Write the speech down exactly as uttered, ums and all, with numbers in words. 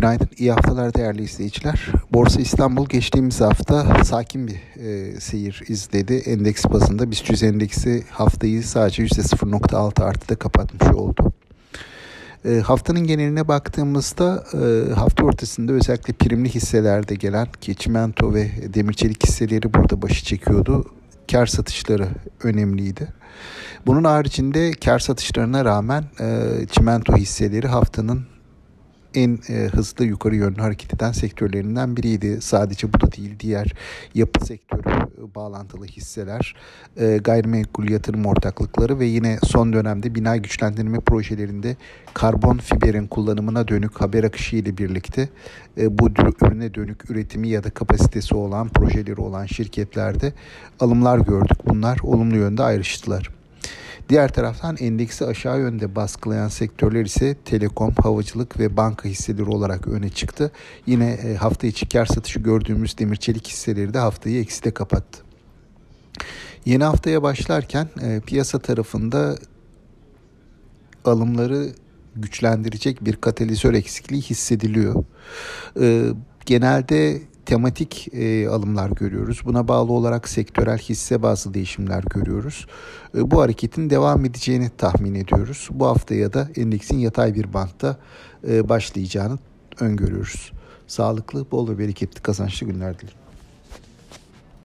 Günaydın, iyi haftalar değerli izleyiciler. Borsa İstanbul geçtiğimiz hafta sakin bir e, seyir izledi. Endeks bazında BIST yüz endeksi haftayı sadece yüzde sıfır virgül altı artıda kapatmış oldu. E, haftanın geneline baktığımızda e, hafta ortasında özellikle primli hisselerde gelen ki çimento ve demir çelik hisseleri burada başı çekiyordu. Kar satışları önemliydi. Bunun haricinde kar satışlarına rağmen e, çimento hisseleri haftanın en e, hızlı yukarı yönlü hareket eden sektörlerinden biriydi. Sadece bu da değil, diğer yapı sektörü e, bağlantılı hisseler, e, gayrimenkul yatırım ortaklıkları ve yine son dönemde bina güçlendirme projelerinde karbon fiberin kullanımına dönük haber akışı ile birlikte e, bu ürüne dönük üretimi ya da kapasitesi olan projeleri olan şirketlerde alımlar gördük. Bunlar olumlu yönde ayrıştılar. Diğer taraftan endeksi aşağı yönde baskılayan sektörler ise telekom, havacılık ve banka hisseleri olarak öne çıktı. Yine hafta içi kar satışı gördüğümüz demir çelik hisseleri de haftayı ekside kapattı. Yeni haftaya başlarken e, piyasa tarafında alımları güçlendirecek bir katalizör eksikliği hissediliyor. E, genelde tematik e, alımlar görüyoruz. Buna bağlı olarak sektörel hisse bazlı değişimler görüyoruz. E, bu hareketin devam edeceğini tahmin ediyoruz. Bu haftaya da endeksin yatay bir bantta e, başlayacağını öngörüyoruz. Sağlıklı, bol ve bereketli kazançlı günler dilerim.